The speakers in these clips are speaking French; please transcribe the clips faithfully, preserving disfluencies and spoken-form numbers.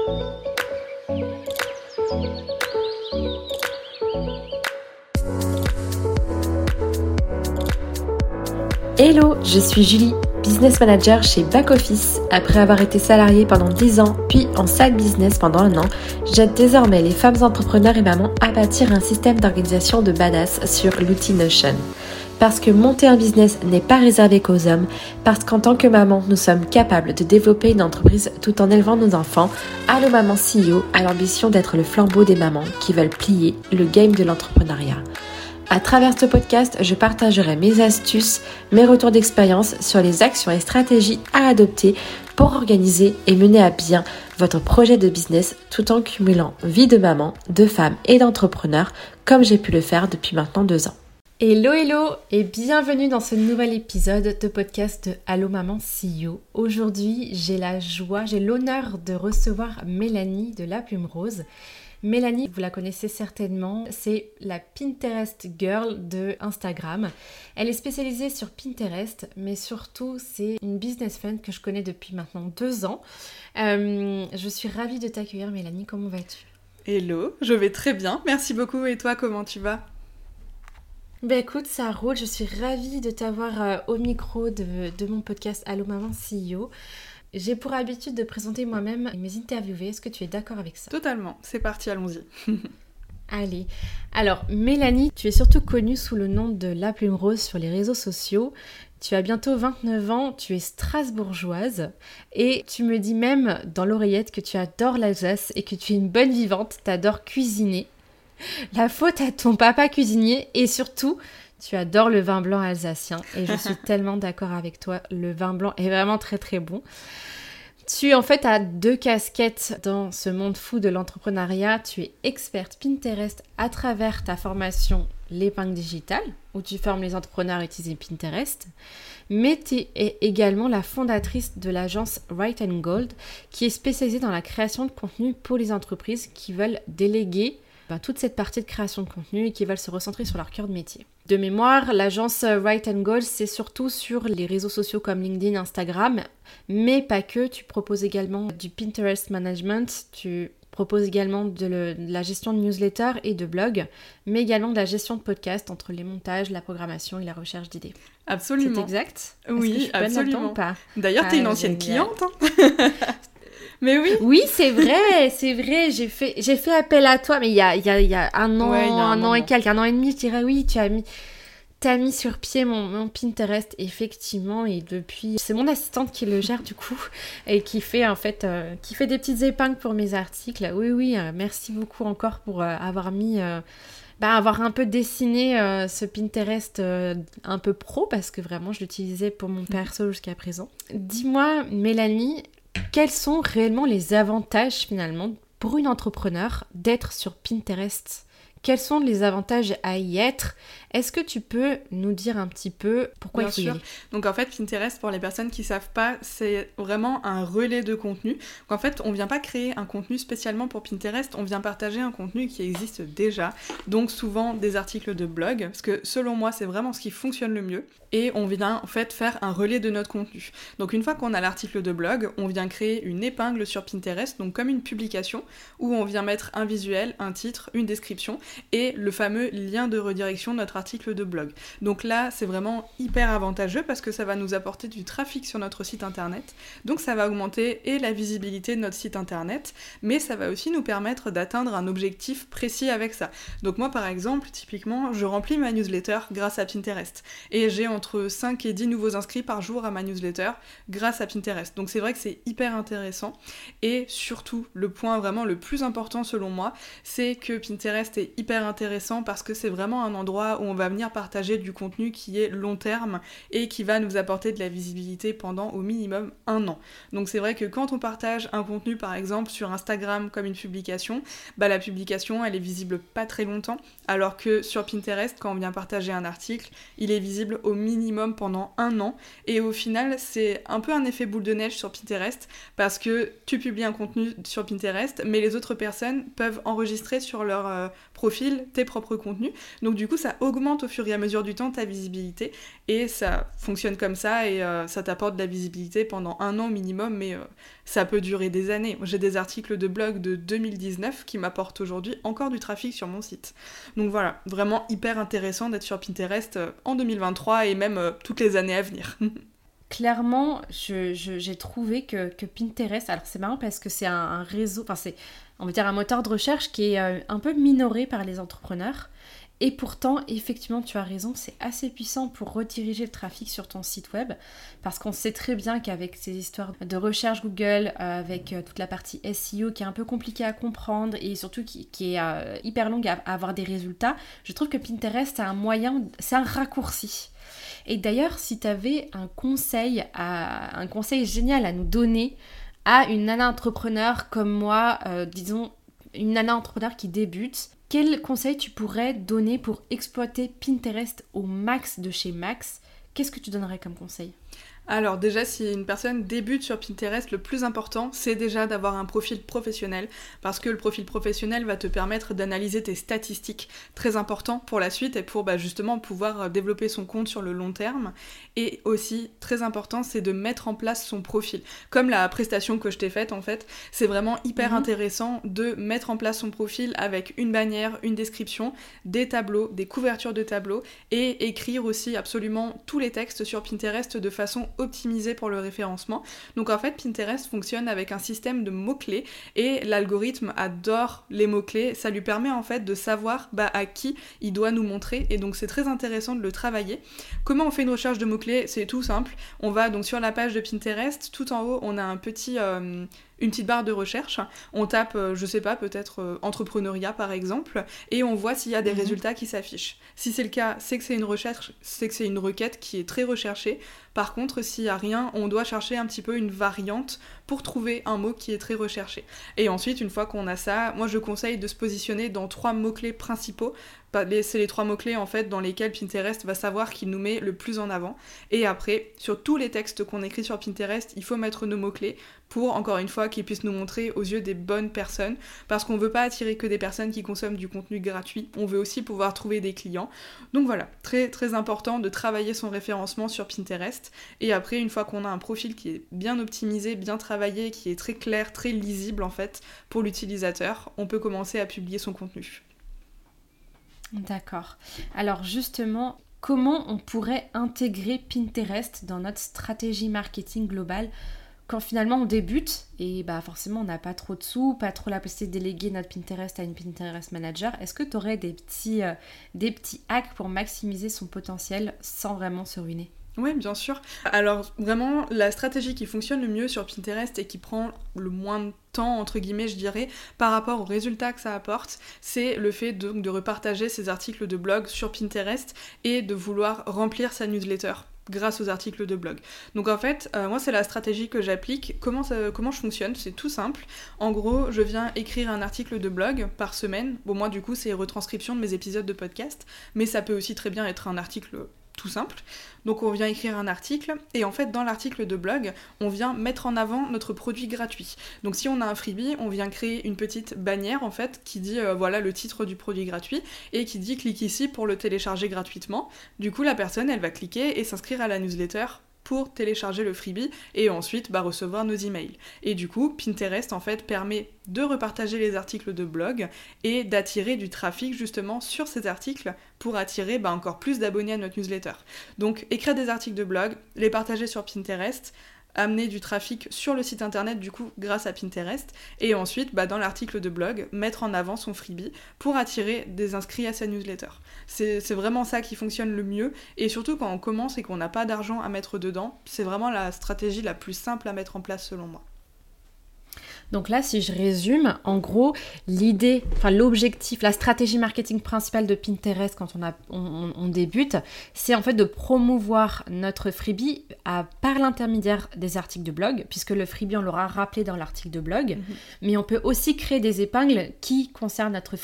Hello, je suis Julie, business manager chez Back Office. Après avoir été salariée pendant dix ans, puis en side business pendant un an, j'aide désormais les femmes entrepreneurs et mamans à bâtir un système d'organisation de badass sur l'outil Notion. Parce que monter un business n'est pas réservé qu'aux hommes, parce qu'en tant que maman, nous sommes capables de développer une entreprise tout en élevant nos enfants, Allo Maman C E O a l'ambition d'être le flambeau des mamans qui veulent plier le game de l'entrepreneuriat. À travers ce podcast, je partagerai mes astuces, mes retours d'expérience sur les actions et stratégies à adopter pour organiser et mener à bien votre projet de business tout en cumulant vie de maman, de femme et d'entrepreneur comme j'ai pu le faire depuis maintenant deux ans. Hello hello et bienvenue dans ce nouvel épisode de podcast de Allo Maman C E O. Aujourd'hui, j'ai la joie, j'ai l'honneur de recevoir Mélanie de La Plume Rose. Mélanie, vous la connaissez certainement, c'est la Pinterest Girl de Instagram. Elle est spécialisée sur Pinterest, mais surtout c'est une business friend que je connais depuis maintenant deux ans. Euh, je suis ravie de t'accueillir Mélanie, comment vas-tu ? Hello, je vais très bien, merci beaucoup et toi comment tu vas ? Ben écoute, ça roule, je suis ravie de t'avoir euh, au micro de, de mon podcast Allo Maman C E O. J'ai pour habitude de présenter moi-même mes interviewés. Est-ce que tu es d'accord avec ça ? Totalement, c'est parti, allons-y. Allez. Alors, Mélanie, tu es surtout connue sous le nom de La Plume Rose sur les réseaux sociaux. Tu as bientôt vingt-neuf ans, tu es strasbourgeoise et tu me dis même dans l'oreillette que tu adores l'Alsace et que tu es une bonne vivante, tu adores cuisiner. La faute à ton papa cuisinier et surtout... tu adores le vin blanc alsacien et je suis tellement d'accord avec toi. Le vin blanc est vraiment très très bon. Tu en fait as deux casquettes dans ce monde fou de l'entrepreneuriat. Tu es experte Pinterest à travers ta formation L'épingle digitale où tu formes les entrepreneurs à utiliser Pinterest. Mais tu es également la fondatrice de l'agence Right and Gold qui est spécialisée dans la création de contenu pour les entreprises qui veulent déléguer ben, toute cette partie de création de contenu et qui veulent se recentrer sur leur cœur de métier. De mémoire, l'agence Right and Gold, c'est surtout sur les réseaux sociaux comme LinkedIn, Instagram, mais pas que. Tu proposes également du Pinterest Management, tu proposes également de, le, de la gestion de newsletters et de blogs, mais également de la gestion de podcasts entre les montages, la programmation et la recherche d'idées. Absolument. C'est exact ? Oui, Est-ce que je suis absolument. bonne ou pas ? D'ailleurs, ah, t'es une ancienne génial. cliente, hein. Mais oui. Oui, c'est vrai, c'est vrai. J'ai fait, j'ai fait appel à toi, mais il y a, il y a, il y a un an, ouais, y a un, un an an et quelques, un an et demi, je dirais oui, tu as mis... T'as mis sur pied mon, mon Pinterest, effectivement, et depuis... C'est mon assistante qui le gère, du coup, et qui fait, en fait, euh, qui fait des petites épingles pour mes articles. Oui, oui, euh, merci beaucoup encore pour euh, avoir mis... Euh, bah, avoir un peu dessiné euh, ce Pinterest euh, un peu pro, parce que vraiment, je l'utilisais pour mon perso jusqu'à présent. Dis-moi, Mélanie, quels sont réellement les avantages, finalement, pour une entrepreneur d'être sur Pinterest ? Quels sont les avantages à y être ? Est-ce que tu peux nous dire un petit peu pourquoi Bien il faut sûr. y aller ? Donc en fait, Pinterest, pour les personnes qui ne savent pas, c'est vraiment un relais de contenu. Donc en fait, on ne vient pas créer un contenu spécialement pour Pinterest, on vient partager un contenu qui existe déjà. Donc souvent des articles de blog, parce que selon moi, c'est vraiment ce qui fonctionne le mieux. Et on vient en fait faire un relais de notre contenu. Donc une fois qu'on a l'article de blog, on vient créer une épingle sur Pinterest, donc comme une publication, où on vient mettre un visuel, un titre, une description, et le fameux lien de redirection de notre article de blog. Donc là, c'est vraiment hyper avantageux parce que ça va nous apporter du trafic sur notre site internet. Donc ça va augmenter et la visibilité de notre site internet, mais ça va aussi nous permettre d'atteindre un objectif précis avec ça. Donc moi, par exemple, typiquement, je remplis ma newsletter grâce à Pinterest. Et j'ai entre cinq et dix nouveaux inscrits par jour à ma newsletter grâce à Pinterest. Donc c'est vrai que c'est hyper intéressant. Et surtout, le point vraiment le plus important selon moi, c'est que Pinterest est hyper intéressant parce que c'est vraiment un endroit où on va venir partager du contenu qui est long terme et qui va nous apporter de la visibilité pendant au minimum un an. Donc c'est vrai que quand on partage un contenu par exemple sur Instagram comme une publication, bah la publication elle est visible pas très longtemps, alors que sur Pinterest quand on vient partager un article, il est visible au minimum pendant un an. Et au final, c'est un peu un effet boule de neige sur Pinterest parce que tu publies un contenu sur Pinterest, mais les autres personnes peuvent enregistrer sur leur euh, profil tes propres contenus. Donc du coup, ça augmente au fur et à mesure du temps ta visibilité et ça fonctionne comme ça et euh, ça t'apporte de la visibilité pendant un an minimum, mais euh, ça peut durer des années. J'ai des articles de blog de deux mille dix-neuf qui m'apportent aujourd'hui encore du trafic sur mon site. Donc voilà, vraiment hyper intéressant d'être sur Pinterest euh, en deux mille vingt-trois et même euh, toutes les années à venir. Clairement, je, je, j'ai trouvé que, que Pinterest, alors c'est marrant parce que c'est un, un réseau, enfin c'est, on va dire un moteur de recherche qui est euh, un peu minoré par les entrepreneurs. Et pourtant, effectivement, tu as raison, c'est assez puissant pour rediriger le trafic sur ton site web parce qu'on sait très bien qu'avec ces histoires de recherche Google, euh, avec euh, toute la partie S E O qui est un peu compliquée à comprendre et surtout qui, qui est euh, hyper longue à, à avoir des résultats, je trouve que Pinterest a un moyen, c'est un raccourci. Et d'ailleurs, si tu avais un conseil, à, un conseil génial à nous donner à une nana entrepreneur comme moi, euh, disons une nana entrepreneur qui débute, quel conseil tu pourrais donner pour exploiter Pinterest au max de chez Max ? Qu'est-ce que tu donnerais comme conseil ? Alors déjà, si une personne débute sur Pinterest, le plus important, c'est déjà d'avoir un profil professionnel, parce que le profil professionnel va te permettre d'analyser tes statistiques, très important pour la suite et pour bah, justement pouvoir développer son compte sur le long terme. Et aussi, très important, c'est de mettre en place son profil. Comme la prestation que je t'ai faite, en fait, c'est vraiment hyper mmh. intéressant de mettre en place son profil avec une bannière, une description, des tableaux, des couvertures de tableaux, et écrire aussi absolument tous les textes sur Pinterest de façon optimisé pour le référencement. Donc en fait, Pinterest fonctionne avec un système de mots-clés et l'algorithme adore les mots-clés. Ça lui permet en fait de savoir bah, à qui il doit nous montrer et donc c'est très intéressant de le travailler. Comment on fait une recherche de mots-clés ? C'est tout simple. On va donc sur la page de Pinterest, tout en haut, on a un petit... Euh, une petite barre de recherche, on tape, euh, je sais pas, peut-être euh, entrepreneuriat par exemple, et on voit s'il y a des mmh. résultats qui s'affichent. Si c'est le cas, c'est que c'est une recherche, c'est que c'est une requête qui est très recherchée. Par contre, s'il y a rien, on doit chercher un petit peu une variante pour trouver un mot qui est très recherché. Et ensuite, une fois qu'on a ça, moi je conseille de se positionner dans trois mots-clés principaux. C'est les trois mots-clés en fait dans lesquels Pinterest va savoir qu'il nous met le plus en avant. Et après, sur tous les textes qu'on écrit sur Pinterest, il faut mettre nos mots-clés pour, encore une fois, qu'ils puissent nous montrer aux yeux des bonnes personnes, parce qu'on veut pas attirer que des personnes qui consomment du contenu gratuit, on veut aussi pouvoir trouver des clients. Donc voilà, très très important de travailler son référencement sur Pinterest, et après, une fois qu'on a un profil qui est bien optimisé, bien travaillé, qui est très clair, très lisible en fait, pour l'utilisateur, on peut commencer à publier son contenu. D'accord. Alors justement, comment on pourrait intégrer Pinterest dans notre stratégie marketing globale quand finalement on débute et bah forcément on n'a pas trop de sous, pas trop la possibilité de déléguer notre Pinterest à une Pinterest manager, est-ce que tu aurais des petits, euh, des petits hacks pour maximiser son potentiel sans vraiment se ruiner ? Oui, bien sûr. Alors vraiment, la stratégie qui fonctionne le mieux sur Pinterest et qui prend le moins de temps, entre guillemets, je dirais, par rapport aux résultats que ça apporte, c'est le fait de, de repartager ses articles de blog sur Pinterest et de vouloir remplir sa newsletter grâce aux articles de blog. Donc en fait, euh, moi c'est la stratégie que j'applique. Comment, ça, comment je fonctionne ? C'est tout simple. En gros, je viens écrire un article de blog par semaine. Bon, moi du coup, c'est retranscription de mes épisodes de podcast, mais ça peut aussi très bien être un article tout simple. Donc on vient écrire un article et en fait dans l'article de blog, on vient mettre en avant notre produit gratuit. Donc si on a un freebie, on vient créer une petite bannière en fait qui dit euh, voilà le titre du produit gratuit et qui dit clique ici pour le télécharger gratuitement. Du coup la personne elle va cliquer et s'inscrire à la newsletter pour télécharger le freebie et ensuite bah, recevoir nos emails. Et du coup, Pinterest en fait permet de repartager les articles de blog et d'attirer du trafic justement sur ces articles pour attirer bah, encore plus d'abonnés à notre newsletter. Donc écrire des articles de blog, les partager sur Pinterest, amener du trafic sur le site internet du coup grâce à Pinterest et ensuite bah, dans l'article de blog mettre en avant son freebie pour attirer des inscrits à sa newsletter. C'est, c'est vraiment ça qui fonctionne le mieux et surtout quand on commence et qu'on n'a pas d'argent à mettre dedans, c'est vraiment la stratégie la plus simple à mettre en place selon moi. Donc là, si je résume, en gros, l'idée, enfin l'objectif, la stratégie marketing principale de Pinterest quand on, a, on, on débute, c'est en fait de promouvoir notre freebie à, par l'intermédiaire des articles de blog, puisque le freebie, on l'aura rappelé dans l'article de blog, mm-hmm. mais on peut aussi créer des épingles qui concernent notre freebie.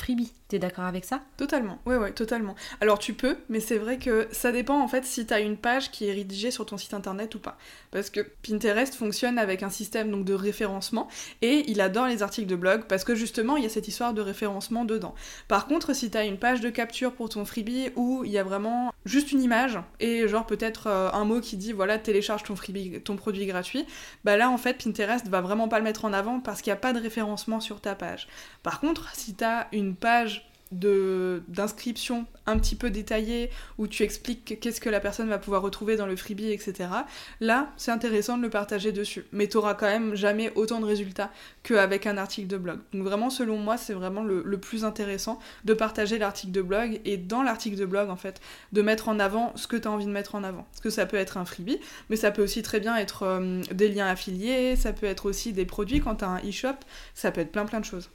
T'es d'accord avec ça ? Totalement, ouais, ouais, totalement. Alors tu peux, mais c'est vrai que ça dépend en fait si t'as une page qui est rédigée sur ton site internet ou pas. Parce que Pinterest fonctionne avec un système donc de référencement et il adore les articles de blog parce que justement il y a cette histoire de référencement dedans. Par contre, si t'as une page de capture pour ton freebie où il y a vraiment juste une image et genre peut-être euh, un mot qui dit voilà télécharge ton freebie, ton produit gratuit, bah là en fait Pinterest va vraiment pas le mettre en avant parce qu'il n'y a pas de référencement sur ta page. Par contre, si t'as une page De, d'inscription un petit peu détaillée où tu expliques qu'est-ce que la personne va pouvoir retrouver dans le freebie, et cetera. Là, c'est intéressant de le partager dessus. Mais tu n'auras quand même jamais autant de résultats qu'avec un article de blog. Donc vraiment, selon moi, c'est vraiment le, le plus intéressant de partager l'article de blog et dans l'article de blog, en fait, de mettre en avant ce que tu as envie de mettre en avant. Parce que ça peut être un freebie, mais ça peut aussi très bien être euh, des liens affiliés, ça peut être aussi des produits quand tu as un e-shop, ça peut être plein plein de choses.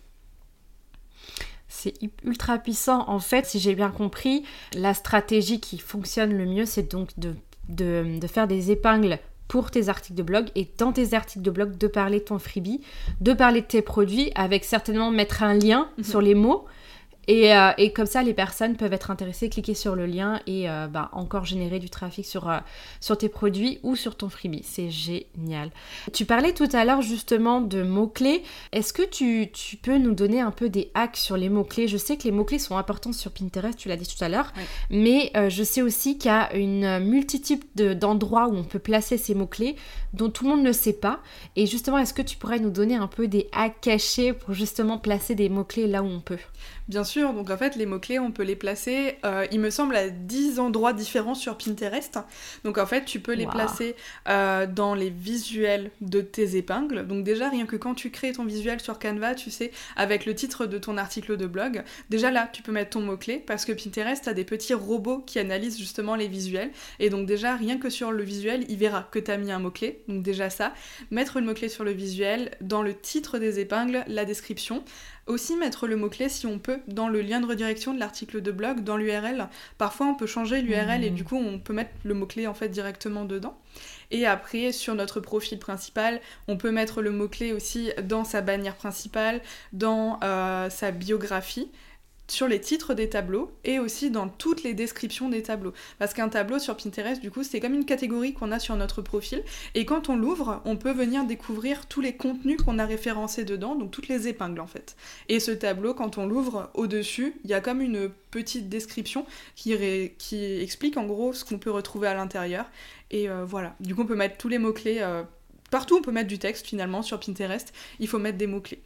C'est ultra puissant. En fait, si j'ai bien compris, la stratégie qui fonctionne le mieux, c'est donc de, de, de faire des épingles pour tes articles de blog et dans tes articles de blog, de parler de ton freebie, de parler de tes produits, avec certainement mettre un lien mmh. sur les mots. Et, euh, et comme ça, les personnes peuvent être intéressées, cliquer sur le lien et euh, bah, encore générer du trafic sur, euh, sur tes produits ou sur ton freebie. C'est génial. Tu parlais tout à l'heure justement de mots-clés. Est-ce que tu, tu peux nous donner un peu des hacks sur les mots-clés ? Je sais que les mots-clés sont importants sur Pinterest, tu l'as dit tout à l'heure, oui. mais euh, je sais aussi qu'il y a une multitude de, d'endroits où on peut placer ces mots-clés dont tout le monde ne sait pas. Et justement, est-ce que tu pourrais nous donner un peu des hacks cachés pour justement placer des mots-clés là où on peut ? Bien sûr, donc en fait les mots-clés on peut les placer, euh, il me semble à dix endroits différents sur Pinterest. Donc en fait tu peux les wow. placer euh, dans les visuels de tes épingles. Donc déjà rien que quand tu crées ton visuel sur Canva, tu sais, avec le titre de ton article de blog, déjà là tu peux mettre ton mot-clé parce que Pinterest a des petits robots qui analysent justement les visuels. Et donc déjà rien que sur le visuel, il verra que tu as mis un mot-clé. Donc déjà ça, mettre le mot-clé sur le visuel, dans le titre des épingles, la description. Aussi mettre le mot-clé si on peut dans le lien de redirection de l'article de blog, dans l'U R L. Parfois on peut changer l'U R L mmh. et du coup on peut mettre le mot-clé en fait directement dedans. Et après sur notre profil principal, on peut mettre le mot-clé aussi dans sa bannière principale, dans euh, sa biographie, sur les titres des tableaux et aussi dans toutes les descriptions des tableaux. Parce qu'un tableau sur Pinterest, du coup, c'est comme une catégorie qu'on a sur notre profil et quand on l'ouvre, on peut venir découvrir tous les contenus qu'on a référencés dedans, donc toutes les épingles en fait. Et ce tableau, quand on l'ouvre, au-dessus, il y a comme une petite description qui, ré... qui explique en gros ce qu'on peut retrouver à l'intérieur. Et euh, voilà, du coup, on peut mettre tous les mots-clés. Euh... Partout, on peut mettre du texte finalement sur Pinterest, il faut mettre des mots-clés.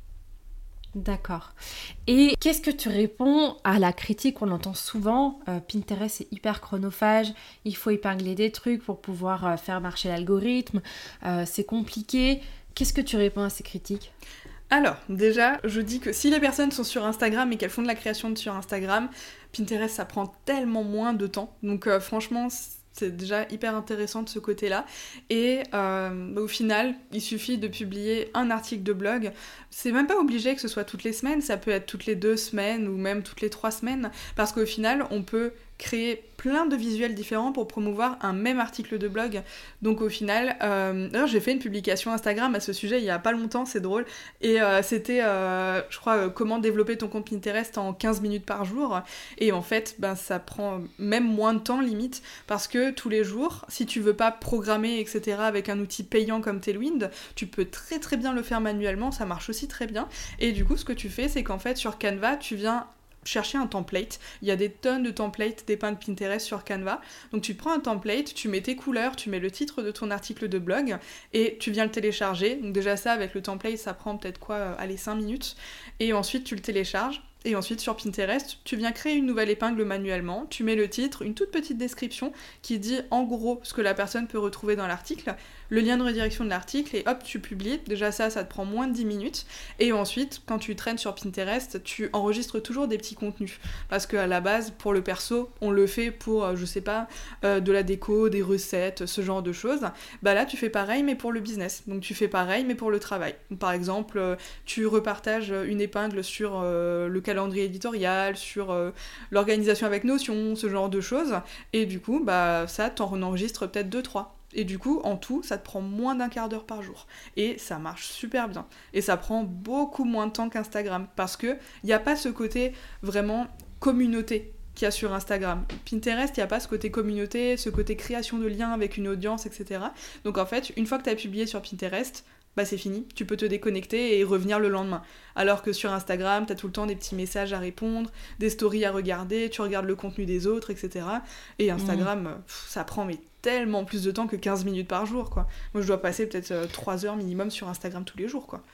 D'accord. Et qu'est-ce que tu réponds à la critique qu'on entend souvent ? euh, Pinterest c'est hyper chronophage, il faut épingler des trucs pour pouvoir euh, faire marcher l'algorithme, euh, c'est compliqué. Qu'est-ce que tu réponds à ces critiques ? Alors, déjà, je dis que si les personnes sont sur Instagram et qu'elles font de la création sur Instagram, Pinterest ça prend tellement moins de temps. Donc euh, franchement, c'est déjà hyper intéressant de ce côté-là. Et euh, bah, au final, il suffit de publier un article de blog. C'est même pas obligé que ce soit toutes les semaines, ça peut être toutes les deux semaines ou même toutes les trois semaines. Parce qu'au final, on peut créer plein de visuels différents pour promouvoir un même article de blog. Donc au final, euh, d'ailleurs j'ai fait une publication Instagram à ce sujet il y a pas longtemps, c'est drôle, et euh, c'était, euh, je crois, euh, comment développer ton compte Pinterest en quinze minutes par jour, et en fait, ben, ça prend même moins de temps limite, parce que tous les jours, si tu veux pas programmer, et cetera, avec un outil payant comme Tailwind, tu peux très très bien le faire manuellement, ça marche aussi très bien, et du coup ce que tu fais, c'est qu'en fait sur Canva, tu viens chercher un template. Il y a des tonnes de templates d'épingles Pinterest sur Canva. Donc tu prends un template, tu mets tes couleurs, tu mets le titre de ton article de blog et tu viens le télécharger. Donc déjà ça, avec le template, ça prend peut-être quoi, euh, allez, cinq minutes. Et ensuite tu le télécharges. Et ensuite, sur Pinterest, tu viens créer une nouvelle épingle manuellement, tu mets le titre, une toute petite description qui dit en gros ce que la personne peut retrouver dans l'article, le lien de redirection de l'article, et hop, tu publies. Déjà ça, ça te prend moins de dix minutes. Et ensuite, quand tu traînes sur Pinterest, tu enregistres toujours des petits contenus. Parce qu'à la base, pour le perso, on le fait pour, je sais pas, euh, de la déco, des recettes, ce genre de choses. Bah là, tu fais pareil, mais pour le business. Donc tu fais pareil, mais pour le travail. Donc, par exemple, euh, tu repartages une épingle sur euh, le calendrier éditorial, sur euh, l'organisation avec Notion, ce genre de choses, et du coup, bah ça, t'en enregistres peut-être deux trois. Et du coup, en tout, ça te prend moins d'un quart d'heure par jour. Et ça marche super bien. Et ça prend beaucoup moins de temps qu'Instagram. Parce qu'il n'y a pas ce côté vraiment communauté qu'il y a sur Instagram. Pinterest, il n'y a pas ce côté communauté, ce côté création de liens avec une audience, et cetera. Donc en fait, une fois que tu as publié sur Pinterest, bah c'est fini, tu peux te déconnecter et revenir le lendemain. Alors que sur Instagram, t'as tout le temps des petits messages à répondre, des stories à regarder, tu regardes le contenu des autres, et cetera. Et Instagram, mmh. pff, ça prend mais tellement plus de temps que quinze minutes par jour, quoi. Moi, je dois passer peut-être euh, trois heures minimum sur Instagram tous les jours, quoi.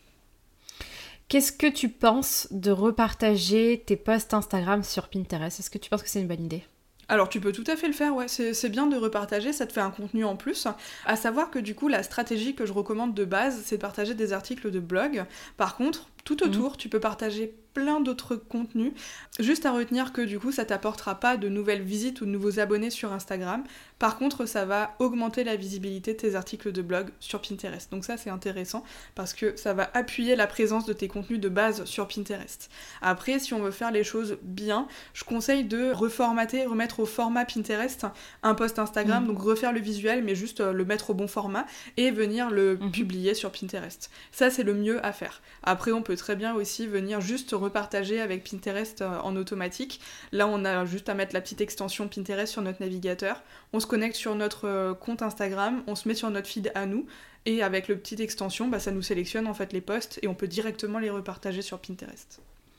Qu'est-ce que tu penses de repartager tes posts Instagram sur Pinterest ? Est-ce que tu penses que c'est une bonne idée ? Alors tu peux tout à fait le faire, ouais, c'est, c'est bien de repartager, ça te fait un contenu en plus. À savoir que du coup, la stratégie que je recommande de base, c'est de partager des articles de blog. Par contre, tout autour, mmh. tu peux partager plein d'autres contenus. Juste à retenir que du coup, ça t'apportera pas de nouvelles visites ou de nouveaux abonnés sur Instagram. Par contre, ça va augmenter la visibilité de tes articles de blog sur Pinterest. Donc ça, c'est intéressant parce que ça va appuyer la présence de tes contenus de base sur Pinterest. Après, si on veut faire les choses bien, je conseille de reformater, remettre au format Pinterest un post Instagram, mmh. donc refaire le visuel, mais juste le mettre au bon format et venir le mmh. publier sur Pinterest. Ça, c'est le mieux à faire. Après, on peut très bien aussi venir juste repartager avec Pinterest en automatique. Là, on a juste à mettre la petite extension Pinterest sur notre navigateur. On se connecte sur notre compte Instagram, on se met sur notre feed à nous, et avec le petite extension, bah, ça nous sélectionne en fait les posts et on peut directement les repartager sur Pinterest.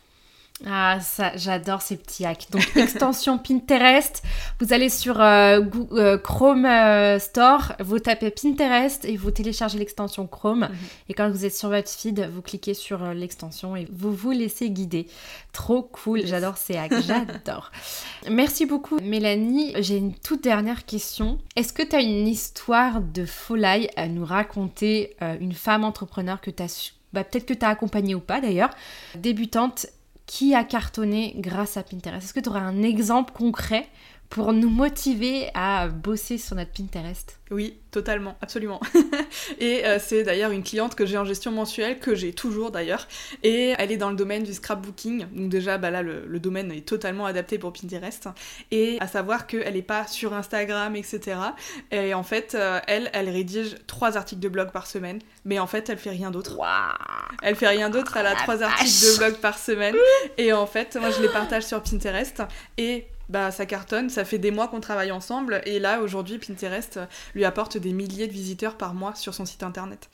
Ah, ça, j'adore ces petits hacks. Donc, extension Pinterest, vous allez sur euh, Google, euh, Chrome euh, Store, vous tapez Pinterest et vous téléchargez l'extension Chrome. Mm-hmm. Et quand vous êtes sur votre feed, vous cliquez sur euh, l'extension et vous vous laissez guider. Trop cool, yes. J'adore ces hacks, j'adore. Merci beaucoup, Mélanie. J'ai une toute dernière question. Est-ce que tu as une histoire de folie à nous raconter, euh, une femme entrepreneur que tu as su... bah, peut-être que tu as accompagnée ou pas d'ailleurs, débutante, qui a cartonné grâce à Pinterest ? Est-ce que tu auras un exemple concret pour nous motiver à bosser sur notre Pinterest ? Oui, totalement, absolument. Et euh, c'est d'ailleurs une cliente que j'ai en gestion mensuelle, que j'ai toujours d'ailleurs, et elle est dans le domaine du scrapbooking, donc déjà bah là le, le domaine est totalement adapté pour Pinterest, et à savoir qu'elle n'est pas sur Instagram, et cetera. Et en fait, euh, elle, elle rédige trois articles de blog par semaine, mais en fait, elle fait rien d'autre. Wow. Elle fait rien d'autre, elle a trois articles de blog par semaine, et en fait, moi je les partage sur Pinterest, et bah ça cartonne, ça fait des mois qu'on travaille ensemble et là aujourd'hui Pinterest lui apporte des milliers de visiteurs par mois sur son site internet.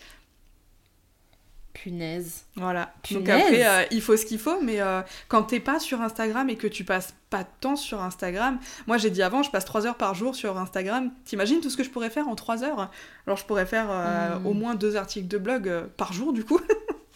Punaise. Voilà. Punaise. Donc après euh, il faut ce qu'il faut, mais euh, quand t'es pas sur Instagram et que tu passes pas de temps sur Instagram, moi j'ai dit avant je passe trois heures par jour sur Instagram, t'imagines tout ce que je pourrais faire en trois heures ? Alors je pourrais faire euh, mmh. au moins deux articles de blog euh, par jour du coup.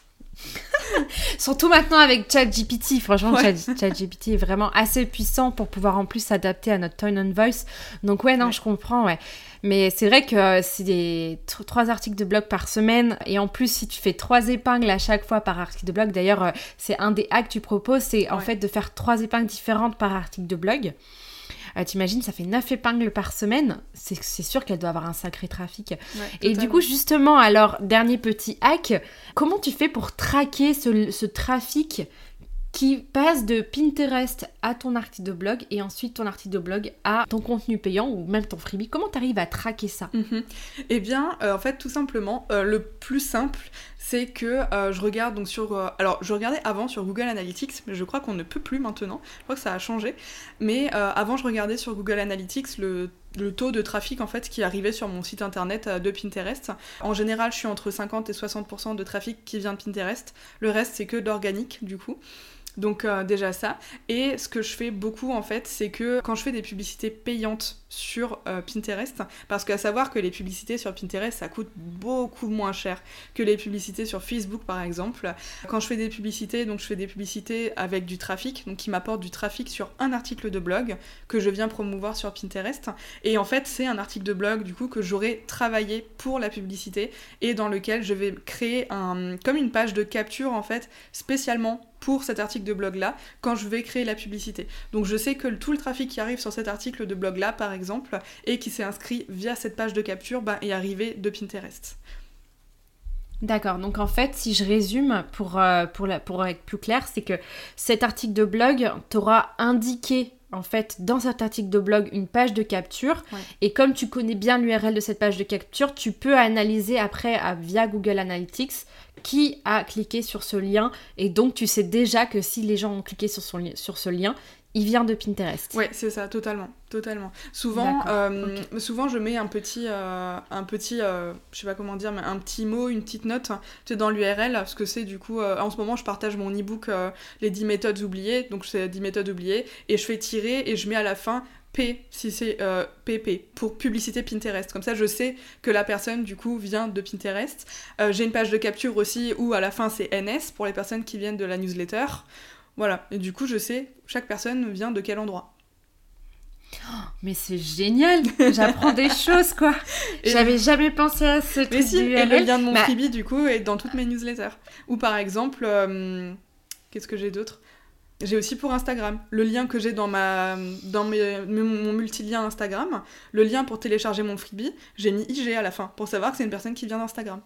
Surtout maintenant avec ChatGPT, franchement ouais. ChatGPT est vraiment assez puissant pour pouvoir en plus s'adapter à notre tone and voice, donc ouais non ouais. je comprends ouais, mais c'est vrai que c'est des t- trois articles de blog par semaine et en plus si tu fais trois épingles à chaque fois par article de blog, d'ailleurs c'est un des hacks que tu proposes, c'est en ouais. fait de faire trois épingles différentes par article de blog. Euh, t'imagines, ça fait neuf épingles par semaine. C'est, c'est sûr qu'elle doit avoir un sacré trafic. Ouais, et du coup, justement, alors, dernier petit hack, comment tu fais pour traquer ce, ce trafic qui passe de Pinterest à ton article de blog et ensuite ton article de blog à ton contenu payant ou même ton freebie? Comment tu arrives à traquer ça? mm-hmm. Eh bien, euh, en fait, tout simplement, euh, le plus simple, c'est que euh, je regarde donc sur... Euh, alors, je regardais avant sur Google Analytics, mais je crois qu'on ne peut plus maintenant. Je crois que ça a changé. Mais euh, avant, je regardais sur Google Analytics le... le taux de trafic en fait qui arrivait sur mon site internet de Pinterest. En général, je suis entre cinquante et soixante pour cent de trafic qui vient de Pinterest. Le reste, c'est que d'organique, du coup. Donc euh, déjà ça. Et ce que je fais beaucoup en fait, c'est que quand je fais des publicités payantes sur euh, Pinterest, parce qu'à savoir que les publicités sur Pinterest, ça coûte beaucoup moins cher que les publicités sur Facebook par exemple. Quand je fais des publicités, donc je fais des publicités avec du trafic, donc qui m'apportent du trafic sur un article de blog que je viens promouvoir sur Pinterest. Et en fait, c'est un article de blog du coup que j'aurais travaillé pour la publicité et dans lequel je vais créer un, comme une page de capture en fait, spécialement pour cet article de blog-là, quand je vais créer la publicité. Donc je sais que tout le trafic qui arrive sur cet article de blog-là, par exemple, et qui s'est inscrit via cette page de capture, ben, est arrivé de Pinterest. D'accord, donc en fait, si je résume, pour, euh, pour, la, pour être plus clair, c'est que cet article de blog t'aura indiqué en fait dans cet article de blog une page de capture ouais. et comme tu connais bien l'U R L de cette page de capture, tu peux analyser après à, via Google Analytics qui a cliqué sur ce lien et donc tu sais déjà que si les gens ont cliqué sur, son li- sur ce lien, il vient de Pinterest. Ouais, c'est ça, totalement, totalement. Souvent, euh, okay. souvent je mets un petit, euh, un petit, euh, je sais pas comment dire, mais un petit mot, une petite note, tu sais, dans l'U R L, parce que c'est du coup, euh, en ce moment, je partage mon e-book euh, les dix méthodes oubliées, donc c'est dix méthodes oubliées, et je fais tirer et je mets à la fin P, si c'est euh, P P, pour publicité Pinterest. Comme ça, je sais que la personne, du coup, vient de Pinterest. Euh, j'ai une page de capture aussi où à la fin c'est N S pour les personnes qui viennent de la newsletter. Voilà, et du coup, je sais chaque personne vient de quel endroit. Oh, mais c'est génial, j'apprends des choses, quoi. Et J'avais jamais pensé à ce truc si, du U R L. Et le lien de mon bah... freebie, du coup, est dans toutes mes newsletters. Ou par exemple, euh, qu'est-ce que j'ai d'autre ? J'ai aussi pour Instagram, le lien que j'ai dans, ma, dans mes, mon multilien Instagram, le lien pour télécharger mon freebie, j'ai mis I G à la fin, pour savoir que c'est une personne qui vient d'Instagram.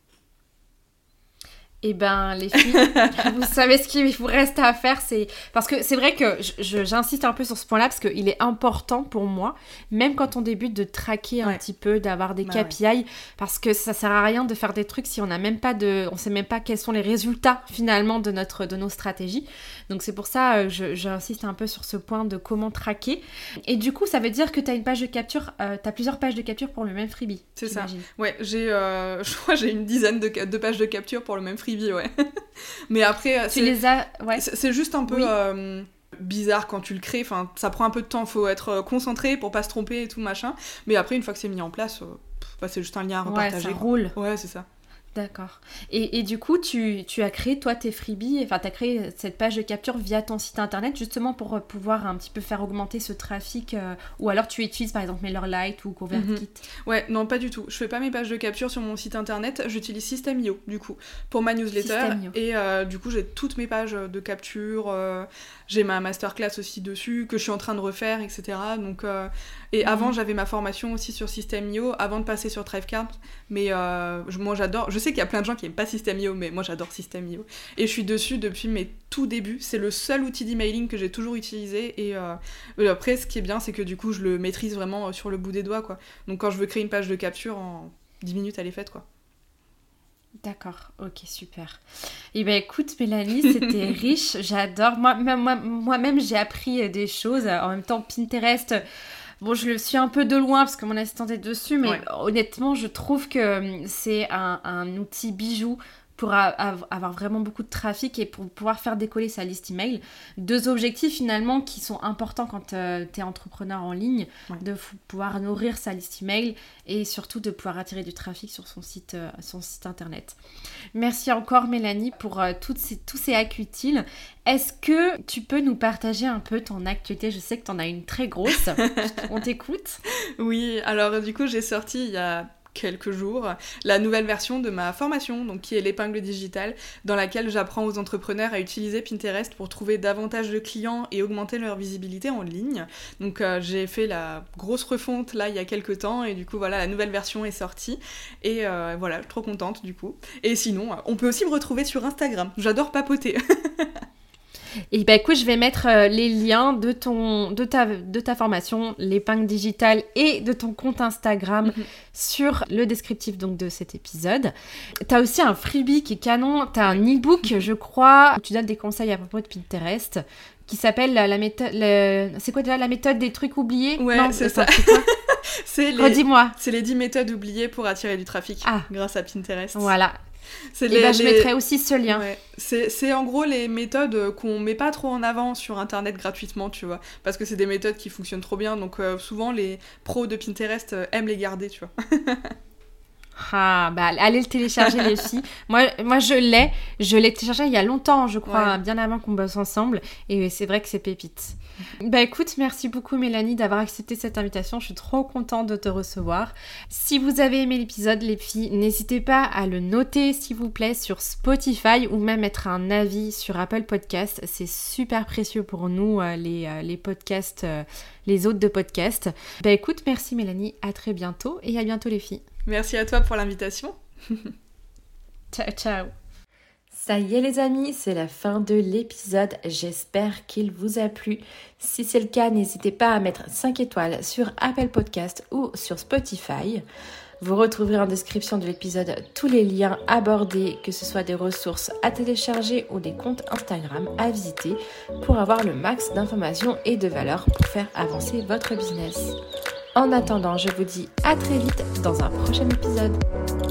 Eh ben, les filles, vous savez ce qu'il vous reste à faire, c'est... Parce que c'est vrai que je, j'insiste un peu sur ce point-là, parce qu'il est important pour moi, même quand on débute, de traquer un ouais. petit peu, d'avoir des bah K P I, ouais. parce que ça sert à rien de faire des trucs si on n'a même pas de... On sait même pas quels sont les résultats, finalement, de, notre, de nos stratégies. Donc c'est pour ça, je, j'insiste un peu sur ce point de comment traquer. Et du coup, ça veut dire que tu as une page de capture, euh, tu as plusieurs pages de capture pour le même freebie. C'est j'imagine. ça. Ouais, j'ai, euh, je crois que j'ai une dizaine de, de pages de capture pour le même freebie. Ouais. Mais après, tu c'est, les as... ouais. c'est, c'est juste un peu oui. euh, bizarre quand tu le crées. Enfin, ça prend un peu de temps, faut être concentré pour pas se tromper et tout machin. Mais après, une fois que c'est mis en place, euh, bah, c'est juste un lien à repartager. Ouais, ça roule. Ouais, c'est ça. D'accord. Et, et du coup, tu, tu as créé, toi, tes freebies, enfin, tu as créé cette page de capture via ton site internet, justement pour pouvoir un petit peu faire augmenter ce trafic, euh, ou alors tu utilises, par exemple, MailerLite ou ConvertKit. Mm-hmm. Ouais, non, pas du tout. Je fais pas mes pages de capture sur mon site internet, j'utilise System.io, du coup, pour ma newsletter. Et euh, du coup, j'ai toutes mes pages de capture, euh, j'ai ma masterclass aussi dessus, que je suis en train de refaire, et cetera. Donc, euh, et mm-hmm. avant, j'avais ma formation aussi sur System.io, avant de passer sur Thrivecart, mais euh, moi, j'adore... Je sais qu'il y a plein de gens qui n'aiment pas System.io, mais moi j'adore System.io. Et je suis dessus depuis mes tout débuts. C'est le seul outil d'emailing que j'ai toujours utilisé. Et euh, après, ce qui est bien, c'est que du coup, je le maîtrise vraiment sur le bout des doigts, quoi. Donc quand je veux créer une page de capture, en dix minutes, elle est faite, quoi. D'accord, ok, super. Et ben écoute, Mélanie, c'était riche, j'adore. Moi, moi, moi-même, j'ai appris des choses. En même temps, Pinterest... Bon, je le suis un peu de loin parce que mon assistante est dessus, mais ouais. honnêtement, je trouve que c'est un, un outil bijou pour a, a, avoir vraiment beaucoup de trafic et pour pouvoir faire décoller sa liste email. Deux objectifs finalement qui sont importants quand euh, tu es entrepreneur en ligne, ouais. de f- pouvoir nourrir sa liste email et surtout de pouvoir attirer du trafic sur son site, euh, son site internet. Merci encore Mélanie pour euh, toutes ces, tous ces hacks utiles. Est-ce que tu peux nous partager un peu ton actualité ? Je sais que tu en as une très grosse. On t'écoute ? Oui, alors du coup j'ai sorti il y a quelques jours la nouvelle version de ma formation, donc qui est l'épingle digitale, dans laquelle j'apprends aux entrepreneurs à utiliser Pinterest pour trouver davantage de clients et augmenter leur visibilité en ligne. Donc euh, j'ai fait la grosse refonte là il y a quelques temps et du coup voilà, la nouvelle version est sortie et euh, voilà, trop contente du coup. Et sinon, on peut aussi me retrouver sur Instagram, j'adore papoter. Et bah écoute, je vais mettre euh, les liens de, ton, de, ta, de ta formation, l'épingle digitale et de ton compte Instagram mm-hmm. sur le descriptif donc, de cet épisode. Tu as aussi un freebie qui est canon, tu as un e-book, je crois, où tu donnes des conseils à propos de Pinterest, qui s'appelle la, la méthode... Le... C'est quoi déjà la méthode des trucs oubliés ? Ouais, non, c'est ça. ça. C'est quoi ? c'est les... Redis-moi. C'est les dix méthodes oubliées pour attirer du trafic ah. grâce à Pinterest. Voilà. C'est et les, bah, je les... mettrai aussi ce lien. Ouais. C'est, c'est en gros les méthodes qu'on met pas trop en avant sur internet gratuitement, tu vois. Parce que c'est des méthodes qui fonctionnent trop bien, donc euh, souvent les pros de Pinterest euh, aiment les garder, tu vois. Ah, bah allez le télécharger les filles. Moi, moi je l'ai, je l'ai téléchargé il y a longtemps, je crois, ouais. bien avant qu'on bosse ensemble. Et c'est vrai que c'est pépite. Bah écoute, merci beaucoup Mélanie d'avoir accepté cette invitation. Je suis trop contente de te recevoir. Si vous avez aimé l'épisode, les filles, n'hésitez pas à le noter s'il vous plaît sur Spotify ou même mettre un avis sur Apple Podcast. C'est super précieux pour nous, euh, les, euh, les podcasts, euh, les hôtes de podcasts. Bah écoute, merci Mélanie, à très bientôt et à bientôt les filles. Merci à toi pour l'invitation. Ciao, ciao. Ça y est les amis, c'est la fin de l'épisode, j'espère qu'il vous a plu. Si c'est le cas, n'hésitez pas à mettre cinq étoiles sur Apple Podcast ou sur Spotify. Vous retrouverez en description de l'épisode tous les liens abordés, que ce soit des ressources à télécharger ou des comptes Instagram à visiter pour avoir le max d'informations et de valeur pour faire avancer votre business. En attendant, je vous dis à très vite dans un prochain épisode.